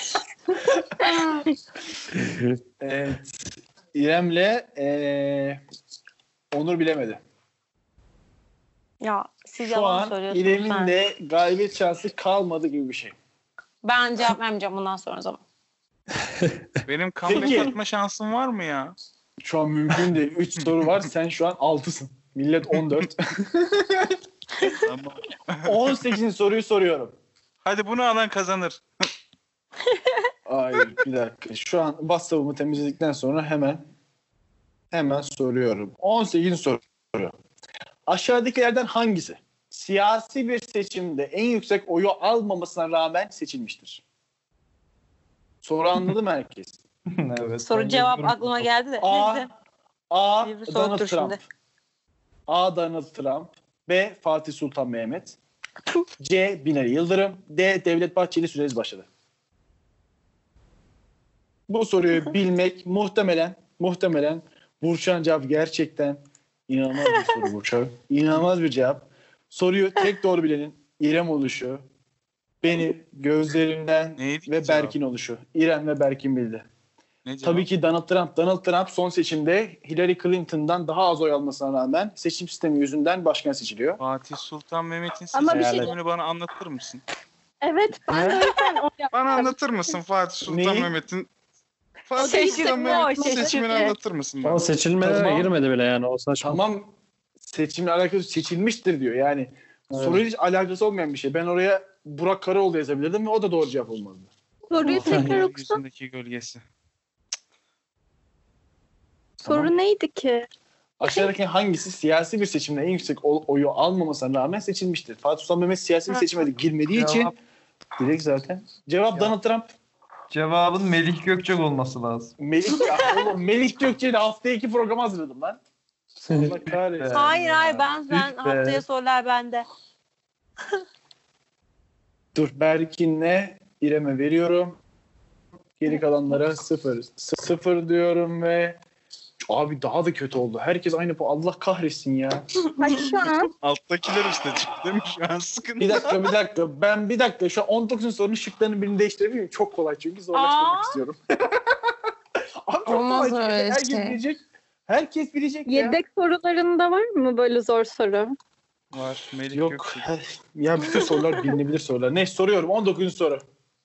Evet. İrem'le Onur bilemedi. Ya siz Şu yalan an söylüyorsunuz. İrem'in de galibiyet şansı kalmadı gibi bir şey. Ben cevap vermeyeceğim bundan sonra o zaman. Benim comeback Peki. atma şansım var mı ya? Şu an mümkün değil. 3 soru var. Sen şu an 6'sın. Millet 14. Tamam. 18. soruyu soruyorum. Hadi bunu alan kazanır. Hayır bir dakika. Şu an WhatsApp'ımı temizledikten sonra hemen soruyorum. 18. soru. Aşağıdakilerden hangisi siyasi bir seçimde en yüksek oyu almamasına rağmen seçilmiştir? Soru anladı mı herkes? Evet. Soru cevap aklıma geldi de. A. Neyse. A. Bir soğuktur Donald Trump. şimdi. A. Donald Trump. B. Fatih Sultan Mehmet. C. Binali Yıldırım. D. Devlet Bahçeli süreniz başladı. Bu soruyu bilmek muhtemelen Burçak'ın cevabı gerçekten inanılmaz bir soru Burçak. İnanılmaz bir cevap. Soruyu tek doğru bilenin İrem oluşu. Benim gözlerimden Neydi ki ve cevap? Berk'in oluşu. İrem ve Berk'in bildi. Ne cevap? Tabii ki Donald Trump. Donald Trump son seçimde Hillary Clinton'dan daha az oy almasına rağmen seçim sistemi yüzünden başkan seçiliyor. Fatih Sultan Mehmet'in Ama bir seçim şey- sistemini bana anlatır mısın? Evet ben de o yüzden o Bana anlatır mısın Fatih Sultan Neyi? Mehmet'in Fatih Seçim Sultan o, Mehmet'in seçim. seçimini anlatır mısın bana? O seçilmelere Tamam. girmedi bile yani. O saçma. Tamam seçimle alakalı seçilmiştir diyor. Yani Evet. soruyla hiç alakası olmayan bir şey. Ben oraya Burak Karaoğlu yazabilirdim ve o da doğru cevap olmazdı. soruyu tekrar okusam. Yüzündeki gölgesi. Soru neydi ki? Aşağıdaki hangisi siyasi bir seçimde en yüksek oyu almamasına rağmen seçilmiştir? Fatih Sultan Mehmet siyasi bir seçime de girmediği için Cevap, direkt zaten. Cevap Donald Trump. cevabın Melih Gökçek olması lazım. Melih ya oğlum Melih Gökçe'yle haftaya 2 program hazırladım ben. Allah kahretsin. Hayır ben Üf be. haftaya sorular bende. Dur Berkin'le İrem'e veriyorum. Geri kalanlara 0. 0 diyorum ve abi daha da kötü oldu. Herkes aynı bu. Allah kahretsin ya. Bak şu an Alttakiler üstte çıktı değil mi? Şu an sıkıntı. Bir dakika. Ben bir dakika. Şu an 19. sorunun şıklarını birini değiştirebilir miyim? Çok kolay çünkü zorlaştırmak Aa. istiyorum. Abi çok Olmaz kolay. öyle Herkes şey. bilecek. Herkes bilecek ya. yedek sorularında var mı böyle zor soru? Var. Melih Yok. Gökçek. Ya bütün sorular bilinebilir sorular. Ne soruyorum? 19. soru.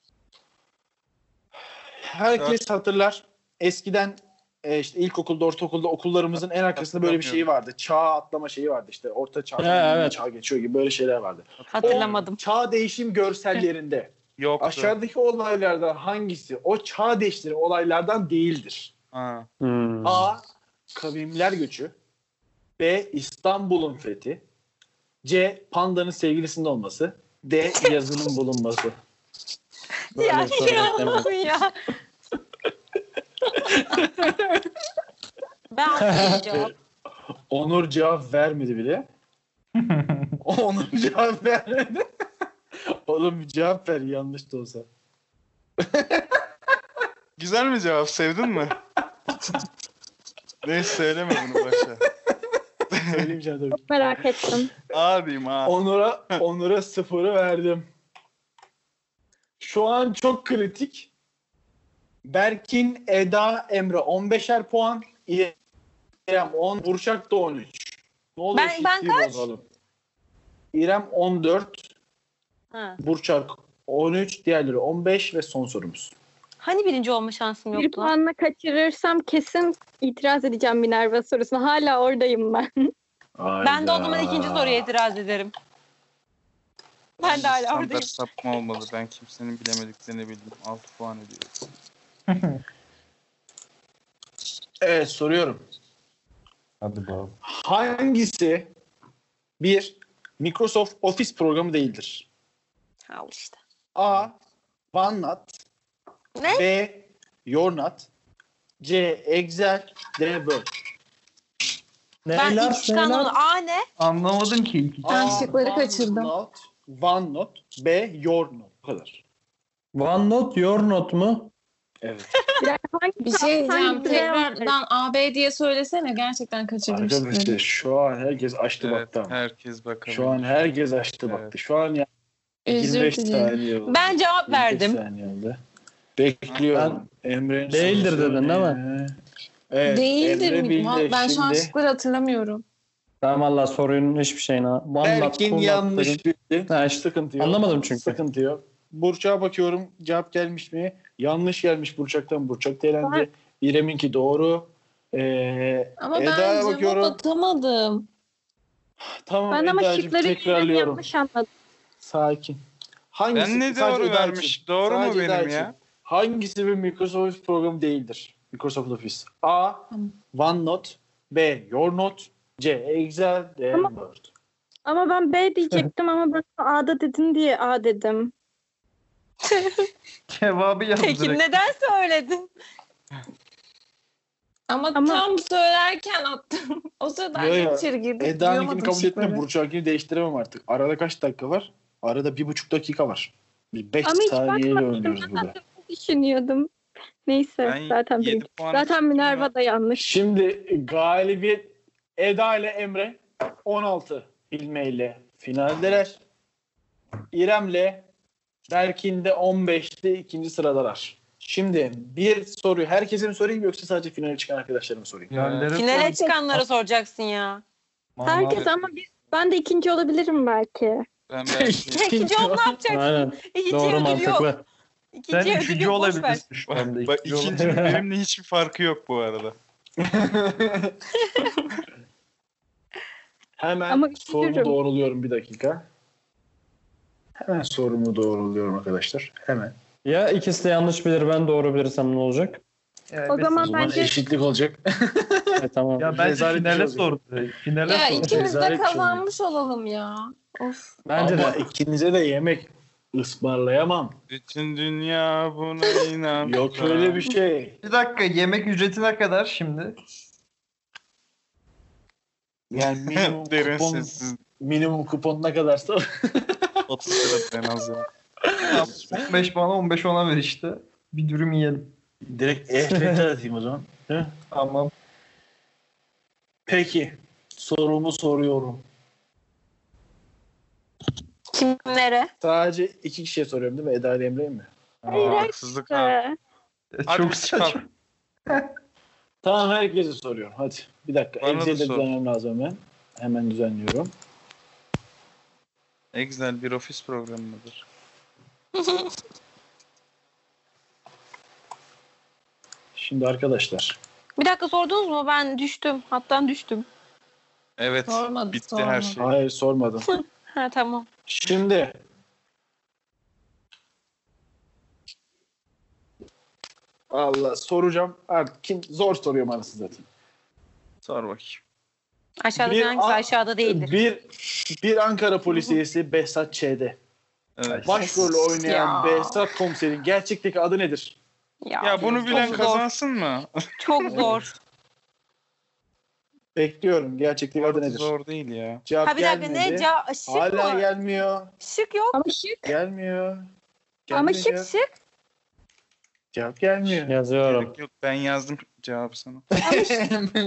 Herkes hatırlar. Eskiden işte ilkokulda, ortaokulda okullarımızın en arkasında böyle bir şeyi vardı. Çağ atlama şeyi vardı işte. Orta çağ, Evet. çağ geçiyor gibi böyle şeyler vardı. Hatırlamadım. O çağ değişim görsellerinde Yoktu. aşağıdaki olaylardan hangisi o çağ değiştiren olaylardan değildir? Ha. Hmm. A. Kavimler göçü. B. İstanbul'un fethi. C. Pandanın sevgilisinin olması. D. Yazının bulunması. Böyle Ya bir soru beklemedim. ya. Ben hatırlayacağım cevap. Onur cevap vermedi bile. Onur cevap vermedi. Oğlum bir cevap ver yanlış da olsa. Güzel mi cevap? Sevdin mi? Neyse söyleme bunu başa. Söyleyeceğim tabii. Merak ettim. A diyeyim A. Onur'a 0'ı verdim. Şu an çok kritik. Berkin, Eda, Emre 15'er puan. İrem 10, Burçak da 13. Ne olur Ben ciddi kaç? bozalım. İrem 14, Ha. Burçak 13, diğerleri 15 ve son sorumuz. Hani birinci olma şansım Bir yoktu lan? puanla kaçırırsam kesin itiraz edeceğim Minerva sorusuna. Hala oradayım ben. Ben de o zaman ikinci soruya itiraz ederim. Ben de hala Standart oradayım. sapma olmalı. Ben kimsenin bilemediklerini bildim. 6 puan ediyorum. Evet soruyorum. Hadi bakalım. Hangisi bir Microsoft Office programı değildir? Al işte. A. OneNote. Ne? B. Yournote. C. Excel. D. Word. Ben ilk çıkan onu. A ne? Anlamadım ki ilk. Ben şıkları kaçırdım. OneNote. B. Yournote. Bu kadar. OneNote, Yournote mu? Evet. Bir dakika Hangi Bir şey diyeceğim. hangisi Tekrardan AB diye söylesene. Gerçekten kaçırmıştım. Arkadaşlar şu an herkes açtı Evet, baktı ama. herkes bakalım. Şu an herkes açtı Evet. baktı. Şu an ya Özür 25 dilerim. saniye oldu. Ben cevap 25 verdim. saniye oldu. Bekliyorum. Emre'nin Değildir sorusu dedin, değil mi? ne? Evet, Değildir Emre mi? bildi. Ben şu an Şimdi şıkları hatırlamıyorum. Ben valla sorunun hiçbir şeyini anlat. Berkin yanlış bildi. Ha, işte Sıkıntı yok. anlamadım çünkü. Sıkıntı yok. Burçak'a bakıyorum. Cevap gelmiş mi? Yanlış gelmiş Burçak'tan. Burçak telendi. İrem'inki doğru. Ama Eda'ya ben cevap bakıyorum. atamadım. Tamam Ben ama Eda'cığım şıkları tekrarlıyorum. yanlış anladım. Sakin. Hangisi? Ben ne sadece doğru Eda'cığım, vermiş? Doğru mu sadece benim Eda'cığım. ya? Hangisi bir Microsoft Office programı değildir? Microsoft Office. A. OneNote. B. Yournote. C. Excel. D. Ama- Word. Ama ben B diyecektim ama ben A'da dedin diye A dedim. Cevabı yaz Peki direkt. neden söyledin? Ama Ama- tam söylerken attım. O sırada Yo, yo. içeri girdim. Eda'nınkini duyamadım kabul şıkları. etmiyorum. Burçak'ınkini değiştiremem artık. Arada kaç dakika var? Arada 1,5 dakika var. Biz 5 Ama hiç saniyeyle bakmadım. oynuyoruz Ben burada. zaten düşünüyordum. Neyse Ben zaten 7 bildim. puan Zaten çıktım Minerva da yanlış. Şimdi galibiyet Eda ile Emre 16 ilmeğiyle finaldeler. İrem'le Berkin de 15'te ikinci sıradalar. Şimdi bir soruyu herkese mi sorayım yoksa sadece finale çıkan arkadaşlara mı sorayım? Yerlere Finale koy. çıkanlara soracaksın ya. Herkes ama ben de ikinci olabilirim belki. Ben belki İkinci ol ne yapacaksın? Aynen. İkinciye Doğru ödül yok. mantıklı. Sen İkinciye ödül üçüncü yok. Boş ver. olabilirsin şu anda. Bak İkinci ikinci benimle hiçbir farkı yok bu arada. Hemen Ama sorumu üzülürüm. doğruluyorum bir dakika. Hemen sorumu doğruluyorum arkadaşlar. Hemen. Ya ikisi de yanlış bilir ben doğru bilirsem ne olacak? Yani O zaman O zaman bence eşitlik olacak. Tamam. Ya bence Rezalet bir finale şey sordu. Finale Ya sordu. ikimiz de Rezalet bir şey kazanmış olalım ya. Of. Bence Ama de. ikinize de yemek ısmarlayamam. Bütün dünya buna inan. Yok öyle bir şey. Bir dakika, yemek ücreti ne kadar şimdi? Yani minimum Derin kupon, sessiz. minimum kupon ne kadarsa 30 lira en az ya. 15 bana 15 ona ver işte. Bir dürüm yiyelim. direkt EFT atayım o zaman. He? Tamam. Peki. Sorumu soruyorum. Kimlere? Sadece 2 kişiye soruyorum değil mi? Eda ile Emre'ye mi? Hayır, Haksızlık abi. Hadi Çok biz saçma. çıkalım. Tamam herkese soruyorum. Hadi bir dakika. Bana da Excel'de sor. düzenlemem lazım hemen. Hemen düzenliyorum. Excel bir ofis programı mıdır? Şimdi arkadaşlar. Bir dakika sordunuz mu? Ben düştüm. Hattan düştüm. Evet. Sormadı, Bitti sormadı. her şey. Hayır sormadım. Ha tamam. Şimdi Allah soracağım. Artık kim zor soruyorum anasını zaten. Sor bakayım. Aşağıda Bir hangisi a- aşağıda değildir. Bir Ankara polisiyesi Behzat Ç'de. Evet. Başrolü oynayan Ya. Behzat komiserin gerçekteki adı nedir? Ya bunu bilen çok zor. kazansın mı? Çok zor. Bekliyorum. Gerçekteki adı nedir? Zor değil ya. Cevap Ha bir dakika gelmedi. ne? Şık Hala mı? gelmiyor. Şık yok. ama şık. Gelmiyor. Ama Gelmiyor. şık şık. Cevap gelmiyor. Yazıyorum. Gerek yok. Ben yazdım cevabı sana. Ama şık.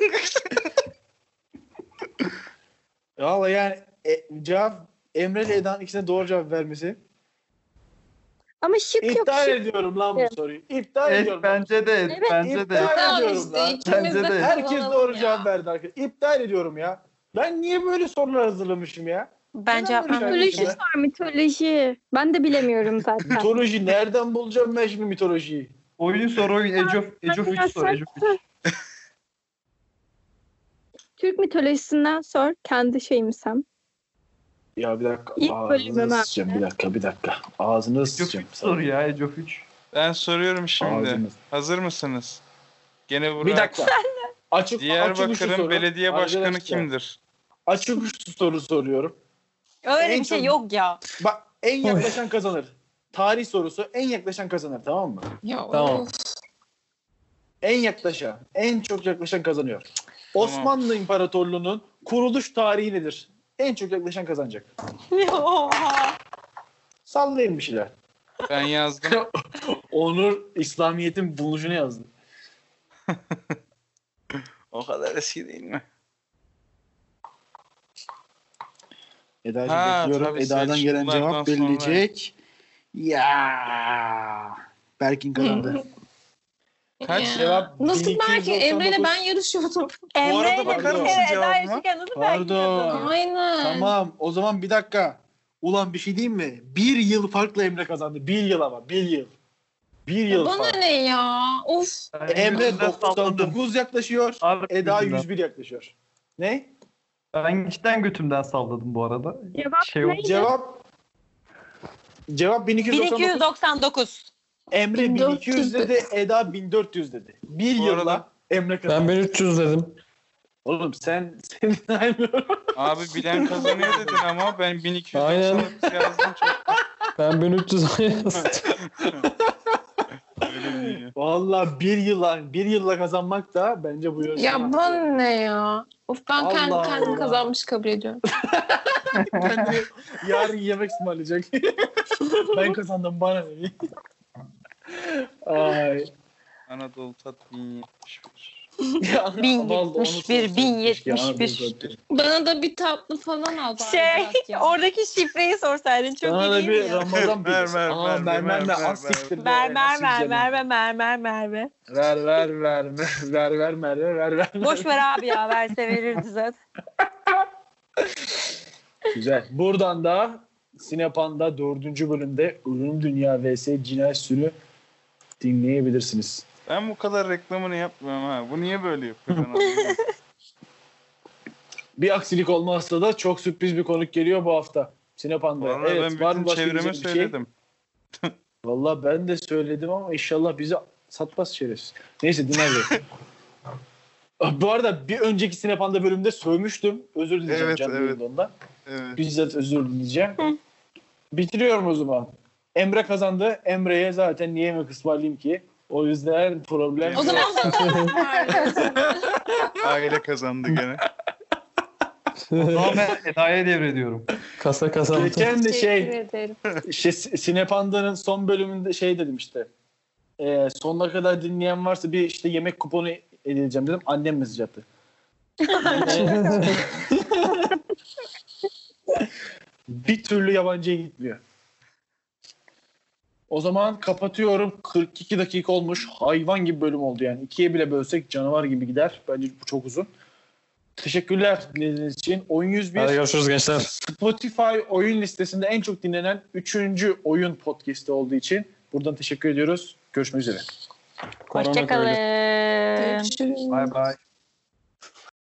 Valla yani cevap Emre ile Eda'nın ikisine doğru cevap vermesi. Ama şık yok. İptal Şık. ediyorum lan bu soruyu. İptal Evet, ediyorum. bence de. Evet, Bence de. iptal Tamam ediyorum işte lan. ikimiz Bence de de. Herkes kazanalım doğru ya. cevap verdi arkadaşlar. İptal ediyorum ya. Ben niye böyle sorular hazırlamışım ya? Ben Neden cevap böyle vermedim. şey Mitoloji var mitoloji. Ben de bilemiyorum zaten. Mitoloji nereden bulacağım ben şimdi mitolojiyi? Oyun sor oyun. Age of 3 sor. Age of 3. Türk mitolojisinden sor. Kendi şeyimsem. Ya bir dakika. İlk Ağzını bölümüm ısıtacağım. Bir dakika. Ağzını Age of ısıtacağım. 3 sor ya. Age of 3. Ben soruyorum şimdi. Ağzını. Hazır mısınız? Gene Burak. Bir dakika. Açık uçlu Diyarbakır'ın soru. belediye başkanı Arkadaşlar, kimdir? Açık uçlu soru soruyorum. Öyle En bir şey çok- yok ya. Bak en yaklaşan kazanır. Tarih sorusu en yaklaşan kazanır tamam mı? Ya Tamam. of. En yaklaşan, en çok yaklaşan kazanıyor. Osmanlı İmparatorluğu'nun kuruluş tarihi nedir? En çok yaklaşan kazanacak. Oha. Sallayın bir şeyler. Ben yazdım. Onur İslamiyet'in bulunuşunu yazdı. O kadar eski değil mi? Eda'cığım Ha, bekliyorum. tabii, Eda'dan gelen Selçuklulardan cevap belirleyecek. Ya Berkin kazandı. Kaç Ya. cevap? Nasıl belki 1299. Emre'yle ben yarışıyordum. Bu arada Emre bakar ile mısın Eda cevabıma? yarışırken nasıl belki Pardon. kazanıyor? Aynen. Tamam o zaman bir dakika. Ulan bir şey diyeyim mi? 1 yıl farklı Emre kazandı. 1 yıl ama 1 yıl. 1 yıl Bana fark. ne ya? Of. Emre götümden salladım. 99 yaklaşıyor. Harbi Eda götümden. 101 yaklaşıyor. Ne? Ben cidden götümden salladım bu arada. Cevap Şey oldu. neydi? Cevap 1299. 1299. Emre 1200 dedi. Eda 1400 dedi. 1 Bu yılla arada- Emre Ben kazandı. 1300 dedim. Oğlum senin aynı. Abi bilen kazanıyor dedin ama ben 1299 Aynen. yazdım çok. Ben 1300 yazdım. Öyle değil. Valla 1 yılla kazanmak da bence bu yarışma. Ya bana ne ya? Of ben Allah kendim Allah. kazanmış kabul ediyorum. Kendini yarın yemek ısmarlayacak. Ben kazandım bana ne? Ay. Anadolu Tat 1071. Ya, vallahi onu 1071, sorsaydın keşke, 1071. Anadolu Tatlı. Bana da bir tatlı falan al. bari Şey, bırak ya. oradaki şifreyi sorsaydın çok Sana iyi da değil bir mi ya? Ramazan Ver, pidesi. ver, Aa ver, mermer ver, ne? ver, Az siktir be, Mermer nasıl mermer yiyeceğim? mermer mermer. Ver mermer. Boş ver abi ya verse verirdi zaten. Güzel. Buradan da Sinepanda 4. bölümde Ölüm Dünya vs Cinayet Sürü dinleyebilirsiniz. Ben bu kadar reklamını yapmıyorum ha. Bu niye böyle yapıyor? Ben anlamadım. Bir aksilik olmazsa da çok sürpriz bir konuk geliyor bu hafta. Sinepanda. Vallahi Evet, ben var mı bütün başka çevreme diyecek bir şey? söyledim. Vallahi ben de söyledim ama inşallah bizi satmaz şerefsiz. Neyse dinleyelim. Bu arada bir önceki Sinepanda bölümünde sövmüştüm. Özür dileyeceğim Evet, canlı evet. yayında ondan. Evet. Bizzat özür dileyeceğim. Bitiriyorum o zaman. Emre kazandı. Emre'ye zaten niye yemek ısmarlayayım ki? O yüzden problem O zaman Aile kazandı gene. O zaman ben Eda'ya devrediyorum. Kasa kazandı. Geçen de teşekkür ederim. Sinepanda'nın son bölümünde şey dedim işte. Sonuna kadar dinleyen varsa bir işte yemek kuponu edeceğim dedim. Annem mesaj attı. Bir türlü yabancıya gitmiyor. O zaman kapatıyorum. 42 dakika olmuş. Hayvan gibi bölüm oldu yani. 2'ye bile bölsek canavar gibi gider. Bence bu çok uzun. Teşekkürler dinlediğiniz için. Oyun 101 Hadi görüşürüz gençler. Spotify oyun listesinde en çok dinlenen 3. oyun podcast'i olduğu için buradan teşekkür ediyoruz. Görüşmek üzere. Korona Hoşçakalın. böyle. Görüşürüz. Bay bay.